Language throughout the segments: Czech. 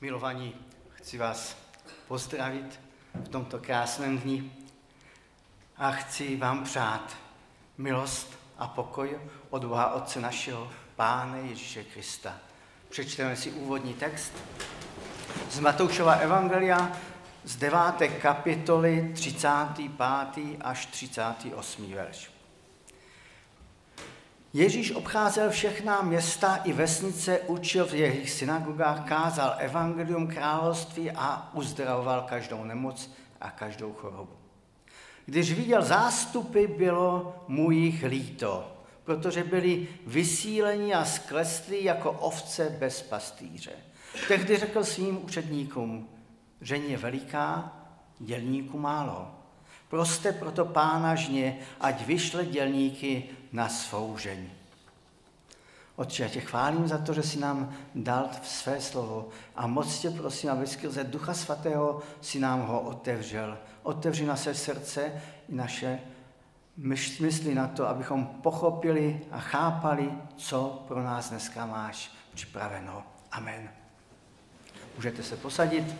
Milovaní, chci vás pozdravit v tomto krásném dni a chci vám přát milost a pokoj od Boha Otce našeho, Pána Ježíše Krista. Přečteme si úvodní text z Matoušova evangelia z 9. kapitoly 35. až 38. verš. Ježíš obcházel všechna města i vesnice, učil v jejich synagogách, kázal evangelium království a uzdravoval každou nemoc a každou chorobu. Když viděl zástupy, bylo mu jich líto, protože byli vysíleni a sklesli jako ovce bez pastýře. Tehdy řekl svým učedníkům: žeň je veliká, dělníků málo. Proste proto Pána žně, ať vyšle dělníky na svou žeň. Otče, já tě chválím za to, že jsi nám dal své slovo a moc tě prosím, aby skrze Ducha Svatého si nám ho otevřel. Otevři naše srdce i naše mysli na to, abychom pochopili a chápali, co pro nás dneska máš připraveno. Amen. Můžete se posadit.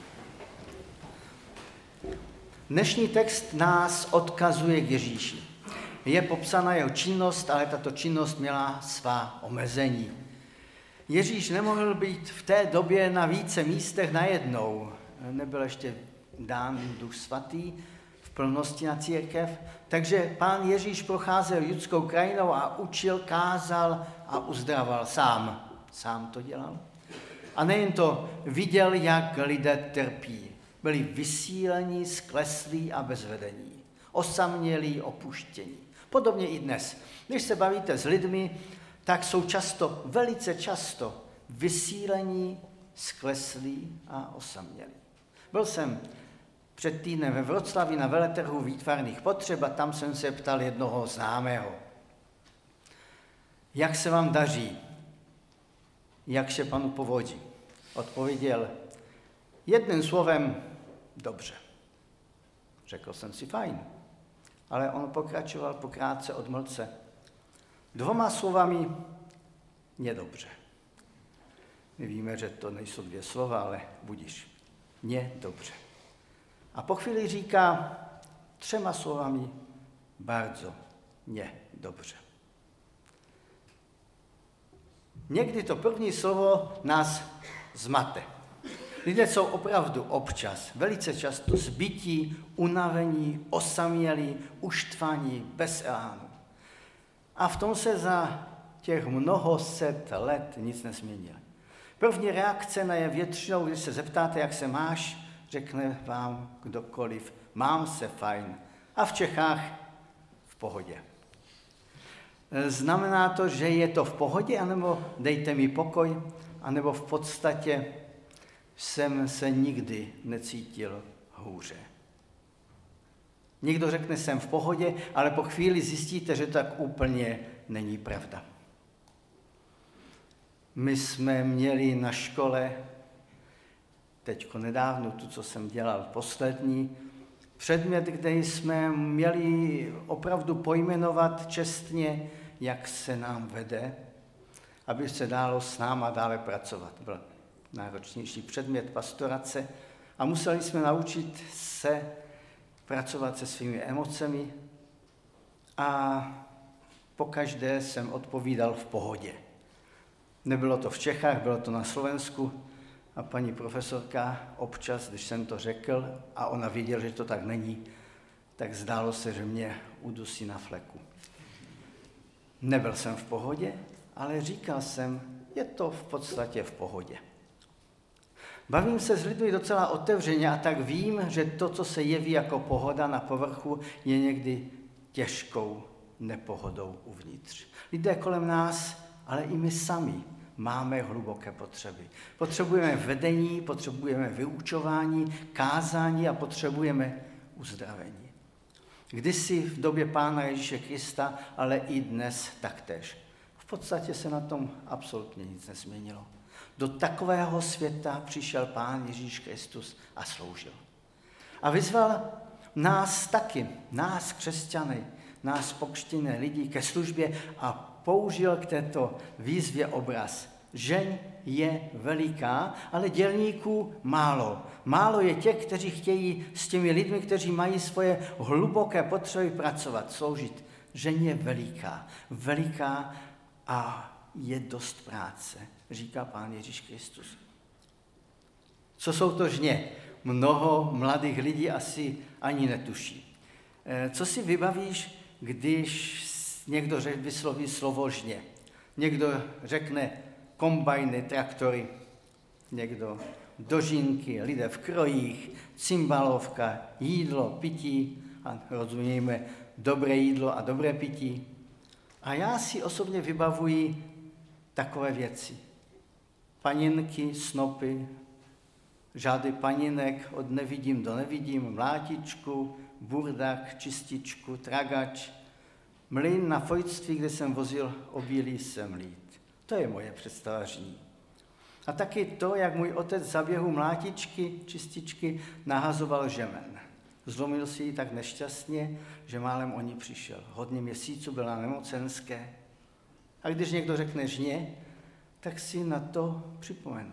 Dnešní text nás odkazuje k Ježíši. Je popsána jeho činnost, ale tato činnost měla svá omezení. Ježíš nemohl být v té době na více místech najednou. Nebyl ještě dán Duch Svatý v plnosti na církev, takže Pán Ježíš procházel judskou krajinou a učil, kázal a uzdravoval sám. Sám to dělal. A nejen to, viděl, jak lidé trpí. Byli vysíleni, skleslí a bez vedení. Osamělí, opuštění. Podobně i dnes. Když se bavíte s lidmi, tak jsou často, velice často vysílení, skleslí a osamělí. Byl jsem před týdnem ve Wroclawi na veletrhu výtvarných potřeb a tam jsem se ptal jednoho známého: jak se vám daří? Jak se panu povodí? Odpověděl jedním slovem: dobře. Řekl jsem si: fajn. Ale on pokračoval pokrátce odmlce: dvěma slovami: nedobře. My víme, že to nejsou dvě slova, ale budiš. Nedobře. A po chvíli říká 3 slovami: bardzo nedobře. Někdy to první slovo nás zmate. Lidé jsou opravdu občas, velice často zbytí, unavení, osamělí, uštvaní, bez elánu. A v tom se za těch mnoho set let nic nezměnilo. První reakce na je většinou, když se zeptáte, jak se máš, řekne vám kdokoliv: mám se fajn. A v Čechách v pohodě. Znamená to, že je to v pohodě, anebo dejte mi pokoj, anebo v podstatě jsem se nikdy necítil hůře. Někdo řekne: jsem v pohodě, ale po chvíli zjistíte, že tak úplně není pravda. My jsme měli na škole, teďko nedávno, tu, co jsem dělal poslední, předmět, kde jsme měli opravdu pojmenovat čestně, jak se nám vede, aby se dalo s náma dále pracovat. Byl náročnější předmět pastorace a museli jsme naučit se pracovat se svými emocemi a pokaždé jsem odpovídal v pohodě. Nebylo to v Čechách, bylo to na Slovensku a paní profesorka občas, když jsem to řekl a ona viděla, že to tak není, tak zdálo se, že mě udusí na fleku. Nebyl jsem v pohodě, ale říkal jsem: je to v podstatě v pohodě. Bavím se s lidmi docela otevřeně a tak vím, že to, co se jeví jako pohoda na povrchu, je někdy těžkou nepohodou uvnitř. Lidé kolem nás, ale i my sami máme hluboké potřeby. Potřebujeme vedení, potřebujeme vyučování, kázání a potřebujeme uzdravení. Kdysi v době Pána Ježíše Krista, ale i dnes taktéž. V podstatě se na tom absolutně nic nezměnilo. Do takového světa přišel Pán Ježíš Kristus a sloužil. A vyzval nás taky, nás křesťany, nás pokřtěné lidi ke službě a použil k této výzvě obraz: žeň je veliká, ale dělníků málo. Málo je těch, kteří chtějí s těmi lidmi, kteří mají svoje hluboké potřeby pracovat, sloužit. Žeň je veliká a je dost práce, říká Pán Ježíš Kristus. Co jsou to žně? Mnoho mladých lidí asi ani netuší. Co si vybavíš, když někdo vysloví slovo žně? Někdo řekne kombajny, traktory, někdo dožínky, lidé v krojích, cymbalovka, jídlo, pití, a rozumíme dobré jídlo a dobré pití. A já si osobně vybavuji takové věci. Paninky, snopy, řády paninek od nevidím do nevidím, mlátičku, burdák, čističku, tragač, mlýn na fojtství, kde jsem vozil obilí sem lít. To je moje představa žní. A taky to, jak můj otec za běhu mlátičky, čističky nahazoval žemen. Zlomil si ji tak nešťastně, že málem o ní přišel. Hodně měsíců byla nemocenské. A když někdo řekne žně, tak si na to připomenu.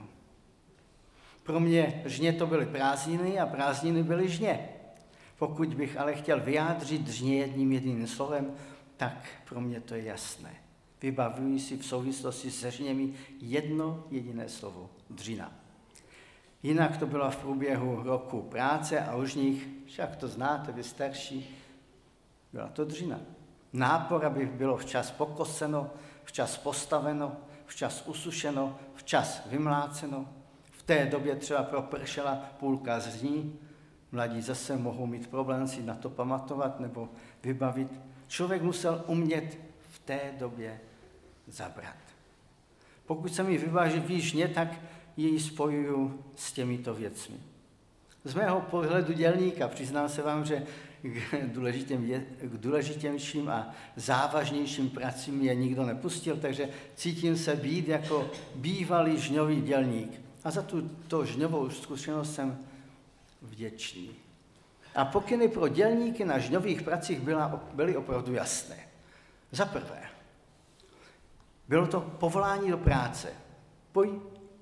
Pro mě žně to byly prázdniny a prázdniny byly žně. Pokud bych ale chtěl vyjádřit žně jedním slovem, tak pro mě to je jasné. Vybavuji si v souvislosti se žněmi jedno jediné slovo, dřina. Jinak to bylo v průběhu roku práce a už nich, však to znáte, vy starší, byla to dřina. Nápor, aby bylo včas pokoseno, včas postaveno, včas usušeno, včas vymláceno. V té době třeba propršela půlka zní, mladí zase mohou mít problém si na to pamatovat nebo vybavit. Člověk musel umět v té době zabrat. Pokud se mi vybaví žně, tak ji spojuju s těmito věcmi. Z mého pohledu dělníka přiznám se vám, že k důležitějším a závažnějším pracím mě nikdo nepustil, takže cítím se být jako bývalý žňový dělník. A za tuto žňovou zkušenost jsem vděčný. A pokyny pro dělníky na žňových pracích byly opravdu jasné. Za prvé, bylo to povolání do práce. Pojď,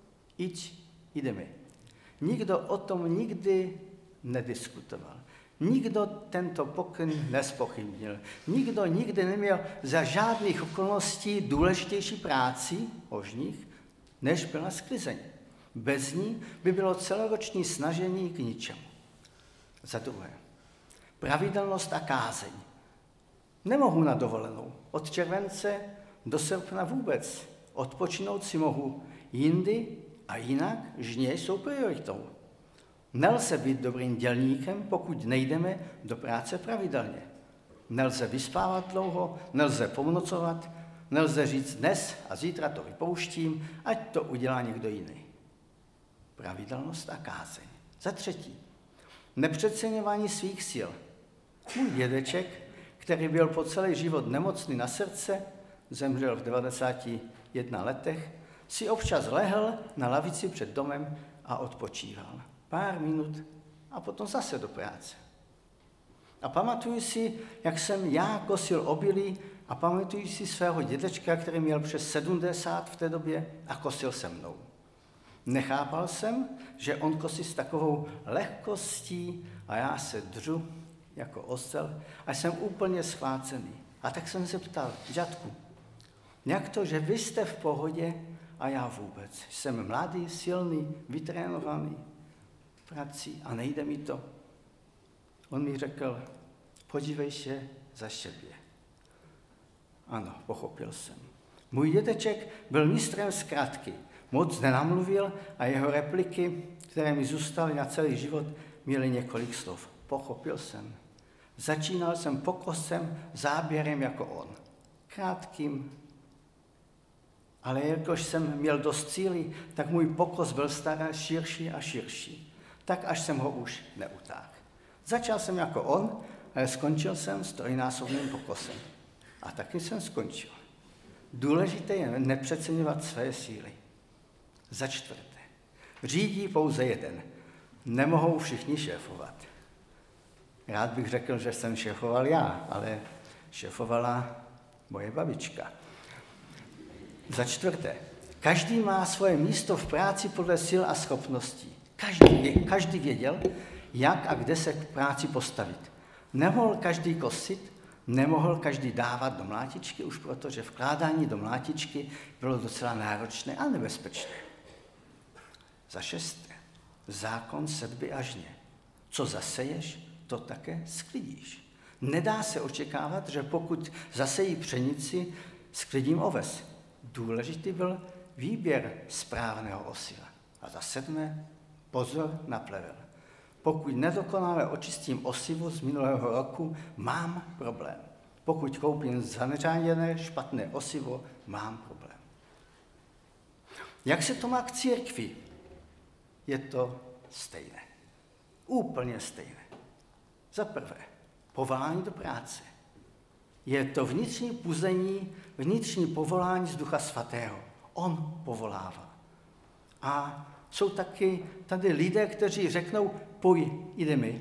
jdeme. Nikdo o tom nikdy nediskutoval. Nikdo tento pokyn nezpochybnil. Nikdo nikdy neměl za žádných okolností důležitější práci o žních, než byla sklizeň. Bez ní by bylo celoroční snažení k ničemu. Za druhé, pravidelnost a kázeň. Nemohu na dovolenou. Od července do srpna vůbec. Odpočinout si mohu jindy a jinak žně jsou prioritou. Nelze být dobrým dělníkem, pokud nejdeme do práce pravidelně. Nelze vyspávat dlouho, nelze pomnocovat, nelze říct dnes a zítra to vypouštím, ať to udělá někdo jiný. Pravidelnost a kázeň. Za třetí, nepřeceňování svých sil. Můj dědeček, který byl po celý život nemocný na srdce, zemřel v 91 letech, si občas lehl na lavici před domem a odpočíval. Pár minut a potom zase do práce. A pamatuju si, jak jsem já kosil obilí a pamatuju si svého dědečka, který měl přes 70 v té době a kosil se mnou. Nechápal jsem, že on kosí s takovou lehkostí a já se dřu jako osel a jsem úplně schvácený. A tak jsem se ptal, dědku, jak to, že vy jste v pohodě a já vůbec? Jsem mladý, silný, vytrénovaný prací a nejde mi to. On mi řekl, podívej se za sebe. Ano, pochopil jsem. Můj dědeček byl mistrem zkratky. Moc nenamluvil a jeho repliky, které mi zůstaly na celý život, měly několik slov. Pochopil jsem. Začínal jsem pokosem, záběrem jako on. Krátkým, ale jakož jsem měl dost síly, tak můj pokos byl starý, širší a širší. Tak až jsem ho už neutáhl. Začal jsem jako on, ale skončil jsem s trojnásobným pokosem. A taky jsem skončil. Důležité je nepřeceňovat své síly. Za čtvrté. Řídí pouze jeden. Nemohou všichni šéfovat. Rád bych řekl, že jsem šéfoval já, ale šéfovala moje babička. Za čtvrté. Každý má svoje místo v práci podle sil a schopností. Každý věděl, jak a kde se k práci postavit. Nemohl každý kosit, nemohl každý dávat do mlátičky, už protože vkládání do mlátičky bylo docela náročné a nebezpečné. Za 6. Zákon sedby a žně. Co zaseješ, to také sklidíš. Nedá se očekávat, že pokud zasejí pšenici, sklidím oves. Důležitý byl výběr správného osiva. A za 7. pozor na plevel. Pokud nedokonale očistím osivo z minulého roku, mám problém. Pokud koupím zaneřáděné špatné osivo, mám problém. Jak se to má k církvi? Je to stejné. Úplně stejné. Za prvé, povolání do práce. Je to vnitřní puzení, vnitřní povolání z Ducha Svatého. On povolává. A jsou taky tady lidé, kteří řeknou, pojď, jdeme.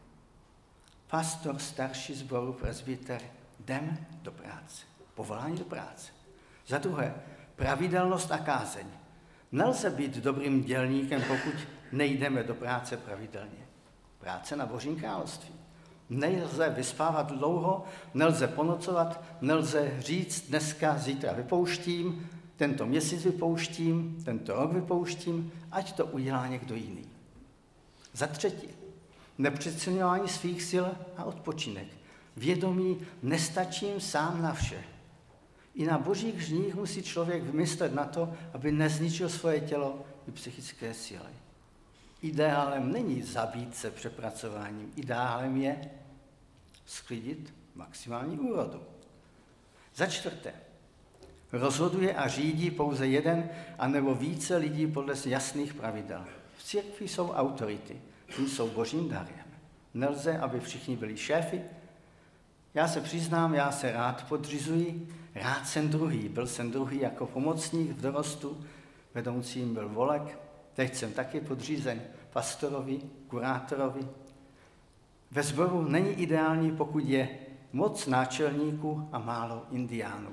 Pastor, starší sboru, presbyter, jdeme do práce. Povolání do práce. Za druhé, pravidelnost a kázeň. Nelze být dobrým dělníkem, pokud nejdeme do práce pravidelně. Práce na Božím království. Nelze vyspávat dlouho, nelze ponocovat, nelze říct dneska, zítra vypouštím, tento měsíc vypouštím, tento rok vypouštím, ať to udělá někdo jiný. Za 3. Nepřeceňování svých sil a odpočinek. Vědomí, nestačím sám na vše. I na božích žních musí člověk vymyslet na to, aby nezničil svoje tělo i psychické síly. Ideálem není zabít se přepracováním. Ideálem je sklidit maximální úrodu. Za 4. Rozhoduje a řídí pouze jeden anebo více lidí podle jasných pravidel. V církvi jsou autority, ty jsou božím darem. Nelze, aby všichni byli šéfy. Já se přiznám, já se rád podřizuji, rád jsem druhý. Byl jsem druhý jako pomocník v dorostu, vedoucím byl Volek, teď jsem taky podřízen pastorovi, kurátorovi. Ve sboru není ideální, pokud je moc náčelníků a málo indiánů.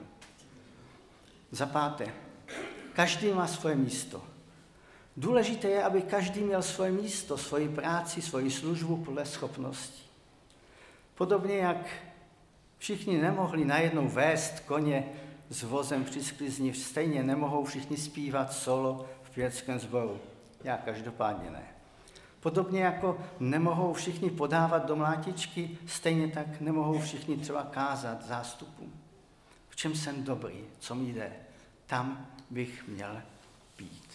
Za 5. Každý má svoje místo. Důležité je, aby každý měl svoje místo, svoji práci, svoji službu podle schopností. Podobně jak všichni nemohli najednou vést koně s vozem při sklizni, stejně nemohou všichni zpívat solo v pěveckém sboru. Já každopádně ne. Podobně jako nemohou všichni podávat do mlátičky, stejně tak nemohou všichni třeba kázat zástupům. V čem jsem dobrý, co mi jde, tam bych měl být.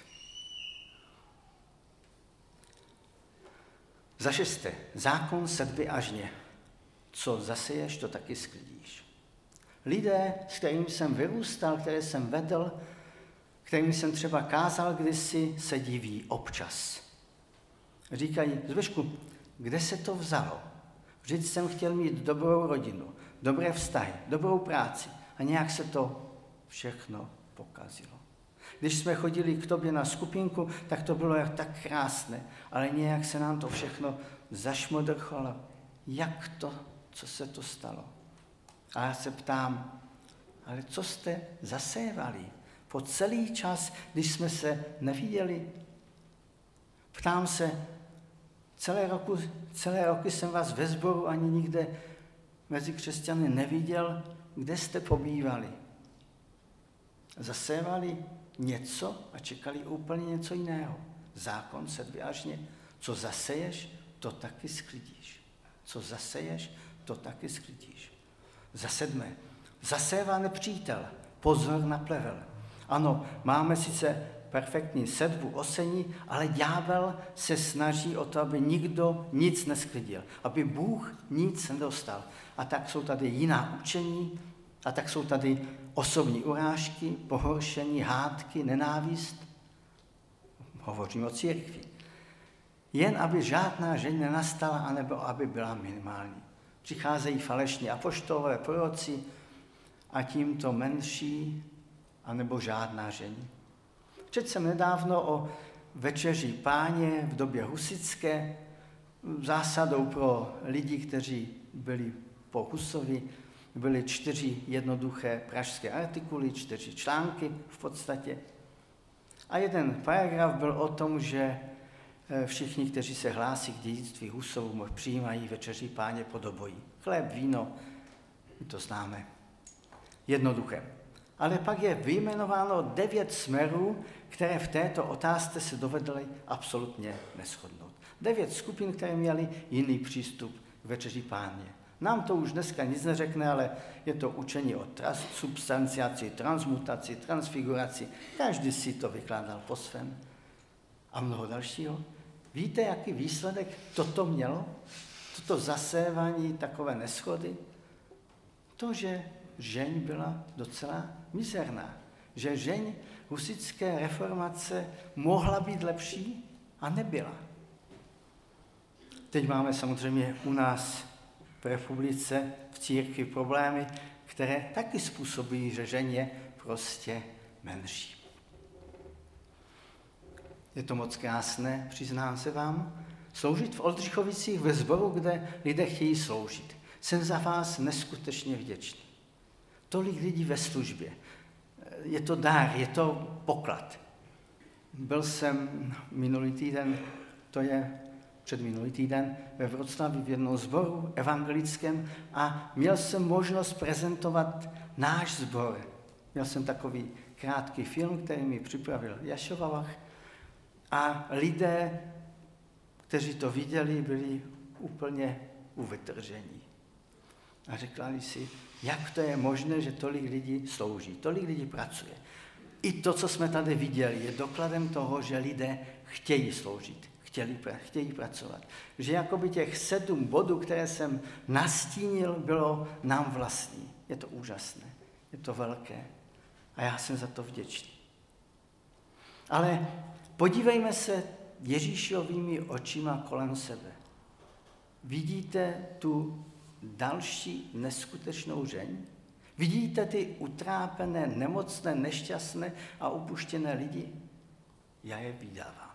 Za 6. Zákon sedby a žně. Co zaseješ, to taky sklidíš. Lidé, s kterými jsem vyrůstal, které jsem vedl, kterým jsem třeba kázal kdysi, se diví občas. Říkají, Zbyšku, kde se to vzalo? Vždyť jsem chtěl mít dobrou rodinu, dobré vztahy, dobrou práci a nějak se to všechno pokazilo. Když jsme chodili k tobě na skupinku, tak to bylo tak krásné, ale nějak se nám to všechno zašmodrchalo. Jak to, co se to stalo? A já se ptám, ale co jste zasévali po celý čas, když jsme se neviděli? Ptám se, celé roky jsem vás ve sboru ani nikde mezi křesťany neviděl, kde jste pobývali. Zasévali něco a čekali úplně něco jiného. Zákon sedby a žně. Co zaseješ, to taky sklidíš. Co zaseješ, to taky sklidíš. Za 7. Zasévá nepřítel. Pozor na plevel. Ano, máme sice perfektní sedbu osení, ale ďábel se snaží o to, aby nikdo nic nesklidil, aby Bůh nic nedostal. A tak jsou tady jiná učení, a tak jsou tady osobní urážky, pohoršení, hádky, nenávist. Hovořím o církvi. Jen aby žádná žeň nenastala, anebo aby byla minimální. Přicházejí falešní apoštolové proroci a tímto menší, anebo žádná žeň. Četl jsem nedávno o večeři Páně v době husitské, zásadou pro lidi, kteří byli po Husovi, byly 4 jednoduché pražské artikuly, 4 články v podstatě. A jeden paragraf byl o tom, že všichni, kteří se hlásí k dědictví Husovům, přijímají večeři Páně pod obojí. Chléb, víno, my to známe. Jednoduché. Ale pak je vyjmenováno 9 směrů, které v této otázce se dovedly absolutně neshodnout. 9 skupin, které měly jiný přístup k večeři Páně. Nám to už dneska nic neřekne, ale je to učení o substanciaci, transmutaci, transfiguraci. Každý si to vykládal po svém. A mnoho dalšího. Víte, jaký výsledek toto mělo? Toto zasévání takové neschody? To, že žeň byla docela mizerná. Že žeň husitské reformace mohla být lepší a nebyla. Teď máme samozřejmě u nás v republice, v církvi problémy, které taky způsobují, že žeň je prostě menší. Je to moc krásné, přiznám se vám, sloužit v Oldřichovicích ve sboru, kde lidé chtějí sloužit. Jsem za vás neskutečně vděčný. Tolik lidí ve službě. Je to dár, je to poklad. Byl jsem minulý týden, to je předminulý týden, ve Wroclawi v jednom sboru evangelickém a měl jsem možnost prezentovat náš sbor. Měl jsem takový krátký film, který mi připravil Jašovavach a lidé, kteří to viděli, byli úplně uvytržení. A řekli si, jak to je možné, že tolik lidí slouží, tolik lidí pracuje. I to, co jsme tady viděli, je dokladem toho, že lidé chtějí sloužit, chtějí pracovat. Že jakoby těch 7 bodů, které jsem nastínil, bylo nám vlastní. Je to úžasné, je to velké a já jsem za to vděčný. Ale podívejme se Ježíšovými očima kolem sebe. Vidíte tu další neskutečnou žeň? Vidíte ty utrápené, nemocné, nešťastné a upuštěné lidi? Já je vydávám.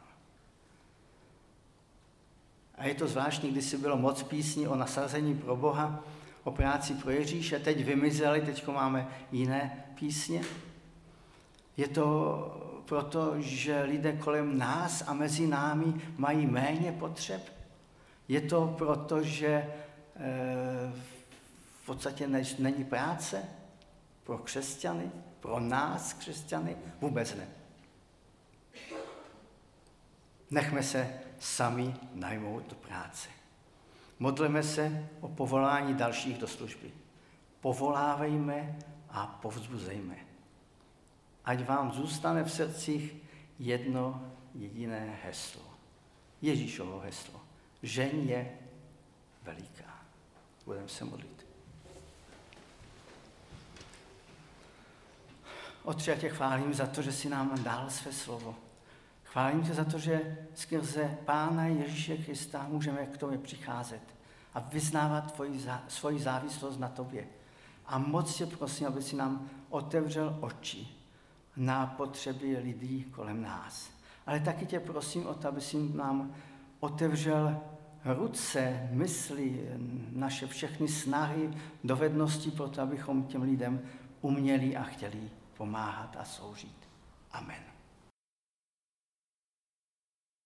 A je to zvláštní, když si bylo moc písní o nasazení pro Boha, o práci pro Ježíše, teď vymizely, teď máme jiné písně. Je to proto, že lidé kolem nás a mezi námi mají méně potřeb? Je to proto, že v podstatě není práce pro křesťany, pro nás křesťany? Vůbec ne. Nechme se sami najmout do práce. Modleme se o povolání dalších do služby. Povolávejme a povzbuzejme. Ať vám zůstane v srdcích jedno jediné heslo. Ježíšovo heslo. Žeň je veliká. Budeme se modlit. Otče, já tě chválím za to, že jsi nám dal své slovo. Chválím tě za to, že skrze Pána Ježíše Krista můžeme k tobě přicházet a vyznávat svoji závislost na tobě. A moc tě prosím, aby si nám otevřel oči na potřeby lidí kolem nás. Ale taky tě prosím o to, aby si nám otevřel ruce, mysli, naše všechny snahy, dovednosti pro to, abychom těm lidem uměli a chtěli pomáhat a sloužit. Amen.